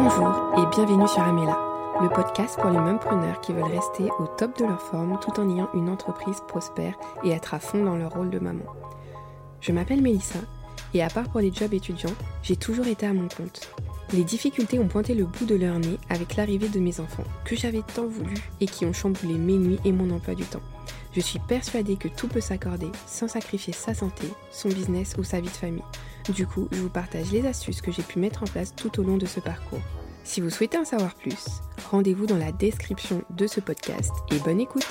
Bonjour et bienvenue sur Amela, le podcast pour les mumpreneurs qui veulent rester au top de leur forme tout en ayant une entreprise prospère et être à fond dans leur rôle de maman. Je m'appelle Mélissa et à part pour les jobs étudiants, j'ai toujours été à mon compte. Les difficultés ont pointé le bout de leur nez avec l'arrivée de mes enfants, que j'avais tant voulu et qui ont chamboulé mes nuits et mon emploi du temps. Je suis persuadée que tout peut s'accorder sans sacrifier sa santé, son business ou sa vie de famille. Du coup, je vous partage les astuces que j'ai pu mettre en place tout au long de ce parcours. Si vous souhaitez en savoir plus, rendez-vous dans la description de ce podcast et bonne écoute.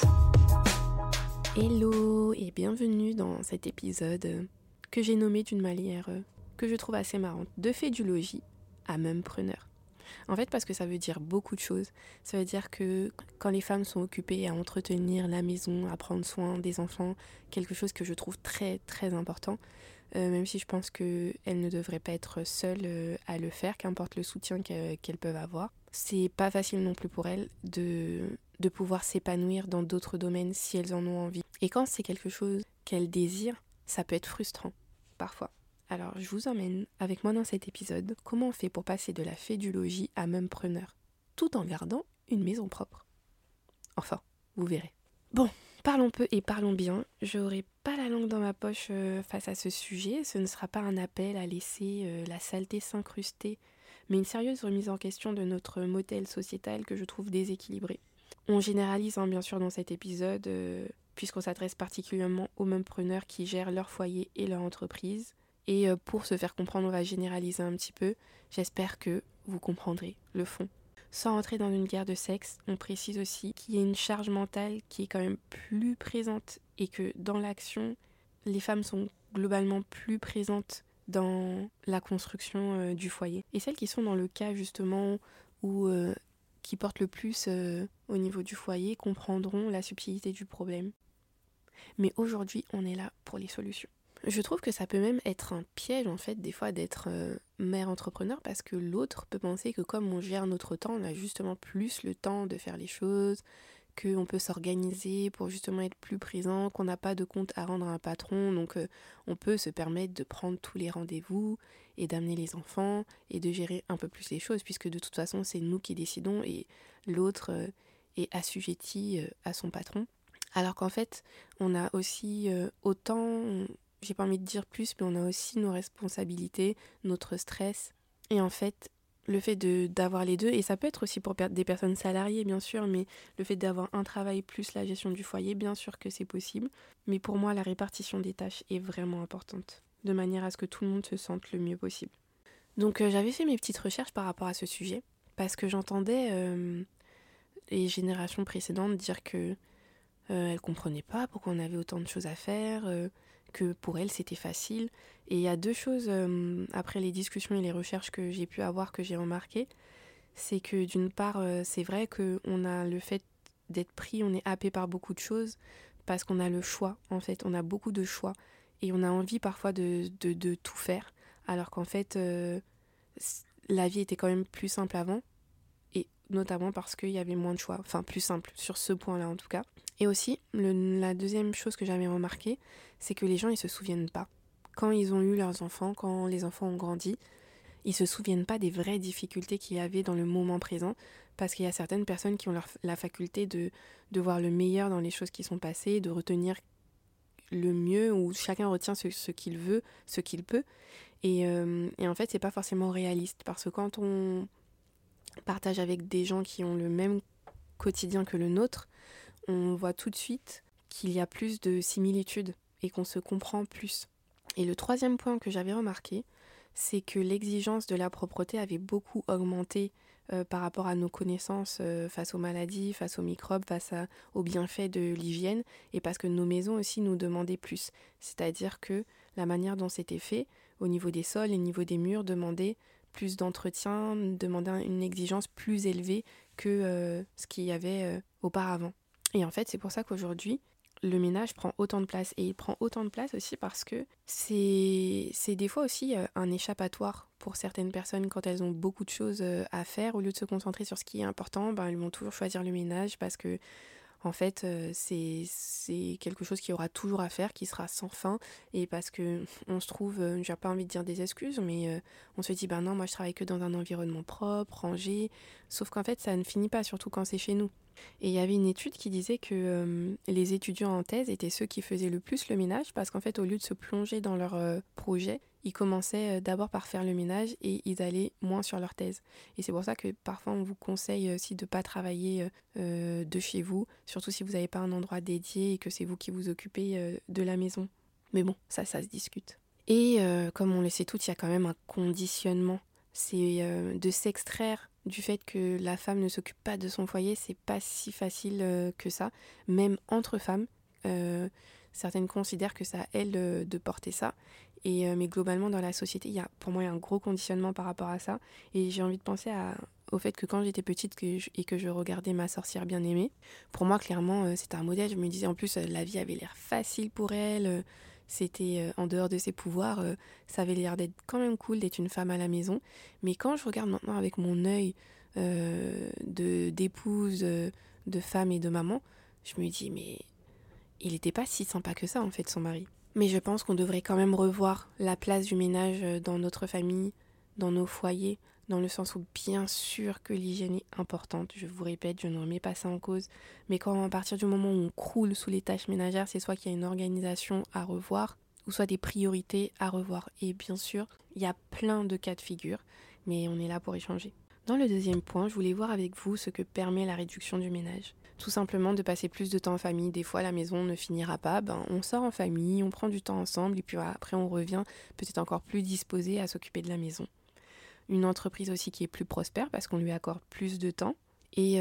Hello et bienvenue dans cet épisode que j'ai nommé d'une manière que je trouve assez marrante, de fait du logis à mumpreneur. En fait, parce que ça veut dire beaucoup de choses. Ça veut dire que quand les femmes sont occupées à entretenir la maison, à prendre soin des enfants, quelque chose que je trouve très très important, même si je pense qu'elles ne devraient pas être seules à le faire, qu'importe le soutien qu'elles peuvent avoir. C'est pas facile non plus pour elles de pouvoir s'épanouir dans d'autres domaines si elles en ont envie. Et quand c'est quelque chose qu'elles désirent, ça peut être frustrant, parfois. Alors, je vous emmène avec moi dans cet épisode comment on fait pour passer de la fée du logis à mumpreneur, tout en gardant une maison propre. Enfin, vous verrez. Bon, parlons peu et parlons bien. Je n'aurai pas la langue dans ma poche face à ce sujet. Ce ne sera pas un appel à laisser la saleté s'incruster, mais une sérieuse remise en question de notre modèle sociétal que je trouve déséquilibré. On généralise bien sûr dans cet épisode, puisqu'on s'adresse particulièrement aux mumpreneurs qui gèrent leur foyer et leur entreprise. Et pour se faire comprendre, on va généraliser un petit peu. J'espère que vous comprendrez le fond. Sans entrer dans une guerre de sexe, on précise aussi qu'il y a une charge mentale qui est quand même plus présente et que dans l'action, les femmes sont globalement plus présentes dans la construction du foyer. Et celles qui sont dans le cas justement où qui portent le plus au niveau du foyer comprendront la subtilité du problème. Mais aujourd'hui, on est là pour les solutions. Je trouve que ça peut même être un piège en fait des fois d'être mère entrepreneur parce que l'autre peut penser que comme on gère notre temps, on a justement plus le temps de faire les choses, qu'on peut s'organiser pour justement être plus présent, qu'on n'a pas de compte à rendre à un patron, donc on peut se permettre de prendre tous les rendez-vous et d'amener les enfants et de gérer un peu plus les choses puisque de toute façon c'est nous qui décidons et l'autre est assujetti à son patron. Alors qu'en fait on a aussi j'ai pas envie de dire plus, mais on a aussi nos responsabilités, notre stress. Et en fait, le fait d'avoir les deux, et ça peut être aussi pour des personnes salariées bien sûr, mais le fait d'avoir un travail plus la gestion du foyer, bien sûr que c'est possible. Mais pour moi, la répartition des tâches est vraiment importante, de manière à ce que tout le monde se sente le mieux possible. Donc j'avais fait mes petites recherches par rapport à ce sujet, parce que j'entendais les générations précédentes dire que elles comprenaient pas pourquoi on avait autant de choses à faire, que pour elles c'était facile. Et il y a deux choses après les discussions et les recherches que j'ai pu avoir que j'ai remarqué, c'est que d'une part c'est vrai qu'on a le fait d'être pris, on est happé par beaucoup de choses parce qu'on a le choix en fait, on a beaucoup de choix et on a envie parfois de tout faire alors qu'en fait la vie était quand même plus simple avant et notamment parce qu'il y avait moins de choix, enfin plus simple sur ce point-là en tout cas. Et aussi, la deuxième chose que j'avais remarqué, c'est que les gens, ils se souviennent pas. Quand ils ont eu leurs enfants, quand les enfants ont grandi, ils se souviennent pas des vraies difficultés qu'il y avait dans le moment présent, parce qu'il y a certaines personnes qui ont la faculté de voir le meilleur dans les choses qui sont passées, de retenir le mieux, où chacun retient ce qu'il veut, ce qu'il peut. Et en fait, c'est pas forcément réaliste, parce que quand on partage avec des gens qui ont le même quotidien que le nôtre, on voit tout de suite qu'il y a plus de similitudes et qu'on se comprend plus. Et le troisième point que j'avais remarqué, c'est que l'exigence de la propreté avait beaucoup augmenté par rapport à nos connaissances face aux maladies, face aux microbes, aux bienfaits de l'hygiène, et parce que nos maisons aussi nous demandaient plus. C'est-à-dire que la manière dont c'était fait, au niveau des sols et au niveau des murs, demandait plus d'entretien, demandait une exigence plus élevée que ce qu'il y avait auparavant. Et en fait, c'est pour ça qu'aujourd'hui, le ménage prend autant de place. Et il prend autant de place aussi parce que c'est des fois aussi un échappatoire pour certaines personnes quand elles ont beaucoup de choses à faire. Au lieu de se concentrer sur ce qui est important, elles vont toujours choisir le ménage parce que En fait, c'est quelque chose qui aura toujours à faire, qui sera sans fin. Et parce que on se trouve, j'ai pas envie de dire des excuses, mais on se dit, ben non, moi je travaille que dans un environnement propre, rangé. Sauf qu'en fait, ça ne finit pas, surtout quand c'est chez nous. Et il y avait une étude qui disait que les étudiants en thèse étaient ceux qui faisaient le plus le ménage, parce qu'en fait, au lieu de se plonger dans leur projet, ils commençaient d'abord par faire le ménage et ils allaient moins sur leur thèse. Et c'est pour ça que parfois on vous conseille aussi de ne pas travailler de chez vous, surtout si vous n'avez pas un endroit dédié et que c'est vous qui vous occupez de la maison. Mais bon, ça se discute. Et comme on le sait toutes, il y a quand même un conditionnement. C'est de s'extraire du fait que la femme ne s'occupe pas de son foyer, c'est pas si facile que ça. Même entre femmes, certaines considèrent que c'est à elles de porter ça. Mais globalement, dans la société, pour moi, il y a un gros conditionnement par rapport à ça. Et j'ai envie de penser au fait que quand j'étais petite et que je regardais Ma sorcière bien-aimée, pour moi, clairement, c'était un modèle. Je me disais, en plus, la vie avait l'air facile pour elle. C'était en dehors de ses pouvoirs. Ça avait l'air d'être quand même cool d'être une femme à la maison. Mais quand je regarde maintenant avec mon œil d'épouse, de femme et de maman, je me dis, mais il n'était pas si sympa que ça, en fait, son mari. Mais je pense qu'on devrait quand même revoir la place du ménage dans notre famille, dans nos foyers, dans le sens où bien sûr que l'hygiène est importante. Je vous répète, je ne remets pas ça en cause. Mais quand à partir du moment où on croule sous les tâches ménagères, c'est soit qu'il y a une organisation à revoir, ou soit des priorités à revoir. Et bien sûr, il y a plein de cas de figure, mais on est là pour échanger. Dans le deuxième point, je voulais voir avec vous ce que permet la réduction du ménage. Tout simplement de passer plus de temps en famille. Des fois, la maison ne finira pas. On sort en famille, on prend du temps ensemble et puis après, on revient peut-être encore plus disposé à s'occuper de la maison. Une entreprise aussi qui est plus prospère parce qu'on lui accorde plus de temps. Et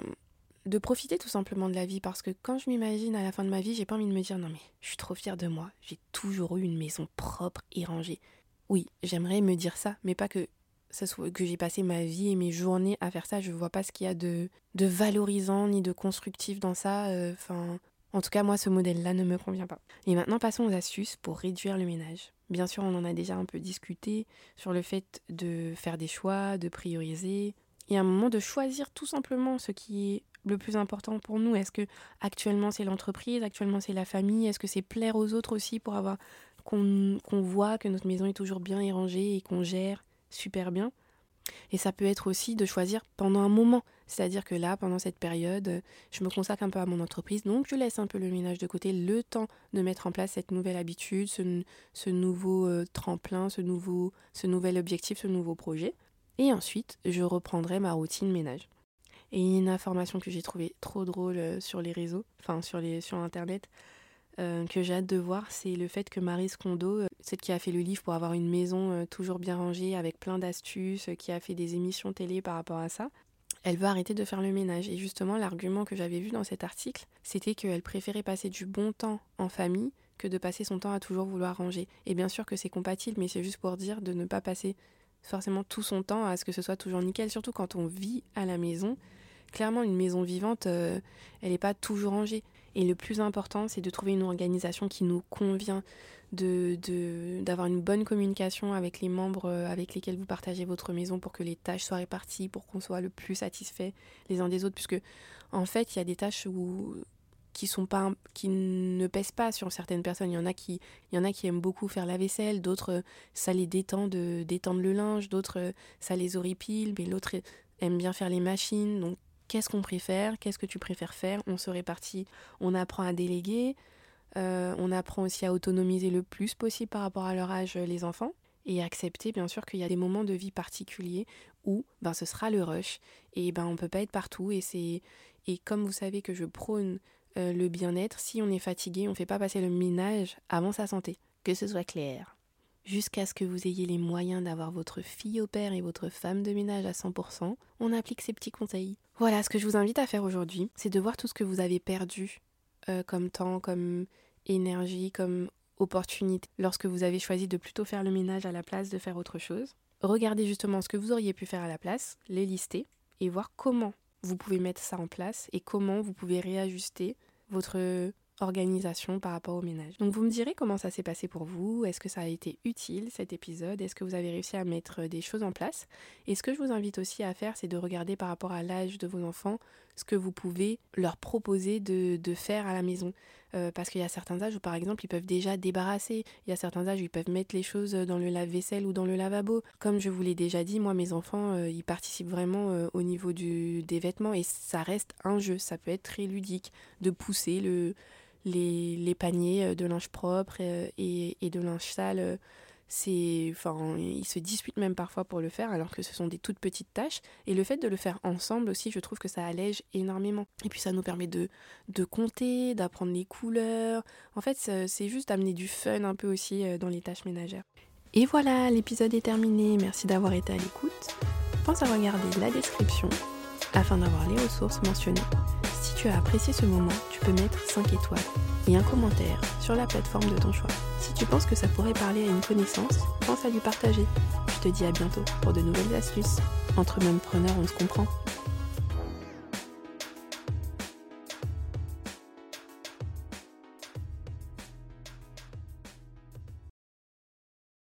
de profiter tout simplement de la vie parce que quand je m'imagine à la fin de ma vie, j'ai pas envie de me dire non mais je suis trop fière de moi. J'ai toujours eu une maison propre et rangée. Oui, j'aimerais me dire ça, mais pas que que j'ai passé ma vie et mes journées à faire ça. Je vois pas ce qu'il y a de valorisant ni de constructif dans ça. En tout cas, moi, ce modèle-là ne me convient pas. Et maintenant, passons aux astuces pour réduire le ménage. Bien sûr, on en a déjà un peu discuté sur le fait de faire des choix, de prioriser. Et à un moment de choisir tout simplement ce qui est le plus important pour nous. Est-ce que actuellement c'est l'entreprise, actuellement c'est la famille, est-ce que c'est plaire aux autres aussi pour avoir qu'on voit que notre maison est toujours bien rangée et qu'on gère super bien. Et ça peut être aussi de choisir pendant un moment. C'est-à-dire que là, pendant cette période, je me consacre un peu à mon entreprise, donc je laisse un peu le ménage de côté, le temps de mettre en place cette nouvelle habitude, ce nouveau tremplin, ce nouvel objectif, ce nouveau projet. Et ensuite, je reprendrai ma routine ménage. Et une information que j'ai trouvée trop drôle sur les réseaux, sur Internet, que j'ai hâte de voir, c'est le fait que Maryse Kondo, celle qui a fait le livre pour avoir une maison toujours bien rangée avec plein d'astuces, qui a fait des émissions télé par rapport à ça, elle veut arrêter de faire le ménage. Et justement, l'argument que j'avais vu dans cet article, c'était qu'elle préférait passer du bon temps en famille que de passer son temps à toujours vouloir ranger. Et bien sûr que c'est compatible, mais c'est juste pour dire de ne pas passer forcément tout son temps à ce que ce soit toujours nickel, surtout quand on vit à la maison. Clairement, une maison vivante, elle n'est pas toujours rangée. Et le plus important, c'est de trouver une organisation qui nous convient, d'avoir une bonne communication avec les membres avec lesquels vous partagez votre maison pour que les tâches soient réparties, pour qu'on soit le plus satisfaits les uns des autres. Puisque, en fait, il y a des tâches qui ne pèsent pas sur certaines personnes. Il y en a qui aiment beaucoup faire la vaisselle, d'autres, ça les détend d'étendre le linge, d'autres, ça les horripile, mais l'autre aime bien faire les machines. Donc, qu'est-ce qu'on préfère? Qu'est-ce que tu préfères faire? On se répartit, on apprend à déléguer, on apprend aussi à autonomiser le plus possible par rapport à leur âge les enfants et accepter bien sûr qu'il y a des moments de vie particuliers où ce sera le rush et on peut pas être partout et comme vous savez que je prône le bien-être, si on est fatigué, on fait pas passer le ménage avant sa santé, que ce soit clair. Jusqu'à ce que vous ayez les moyens d'avoir votre fille au père et votre femme de ménage à 100%, on applique ces petits conseils. Voilà, ce que je vous invite à faire aujourd'hui, c'est de voir tout ce que vous avez perdu comme temps, comme énergie, comme opportunité, lorsque vous avez choisi de plutôt faire le ménage à la place de faire autre chose. Regardez justement ce que vous auriez pu faire à la place, les lister, et voir comment vous pouvez mettre ça en place et comment vous pouvez réajuster votre organisation par rapport au ménage. Donc vous me direz comment ça s'est passé pour vous, est-ce que ça a été utile cet épisode, est-ce que vous avez réussi à mettre des choses en place. Et ce que je vous invite aussi à faire, c'est de regarder par rapport à l'âge de vos enfants ce que vous pouvez leur proposer de faire à la maison. Parce qu'il y a certains âges où par exemple ils peuvent déjà débarrasser, il y a certains âges où ils peuvent mettre les choses dans le lave-vaisselle ou dans le lavabo. Comme je vous l'ai déjà dit, moi mes enfants ils participent vraiment au niveau des vêtements et ça reste un jeu, ça peut être très ludique de pousser les paniers de linge propre et de linge sale. Ils se disputent même parfois pour le faire alors que ce sont des toutes petites tâches et le fait de le faire ensemble aussi, je trouve que ça allège énormément et puis ça nous permet de compter, d'apprendre les couleurs. En fait c'est juste d'amener du fun un peu aussi dans les tâches ménagères. Et voilà, l'épisode est terminé, merci d'avoir été à l'écoute. Pense à regarder la description afin d'avoir les ressources mentionnées. Si tu as apprécié ce moment, tu peux mettre 5 étoiles et un commentaire sur la plateforme de ton choix. Si tu penses que ça pourrait parler à une connaissance, pense à lui partager. Je te dis à bientôt pour de nouvelles astuces. Entre mêmes preneurs, on se comprend.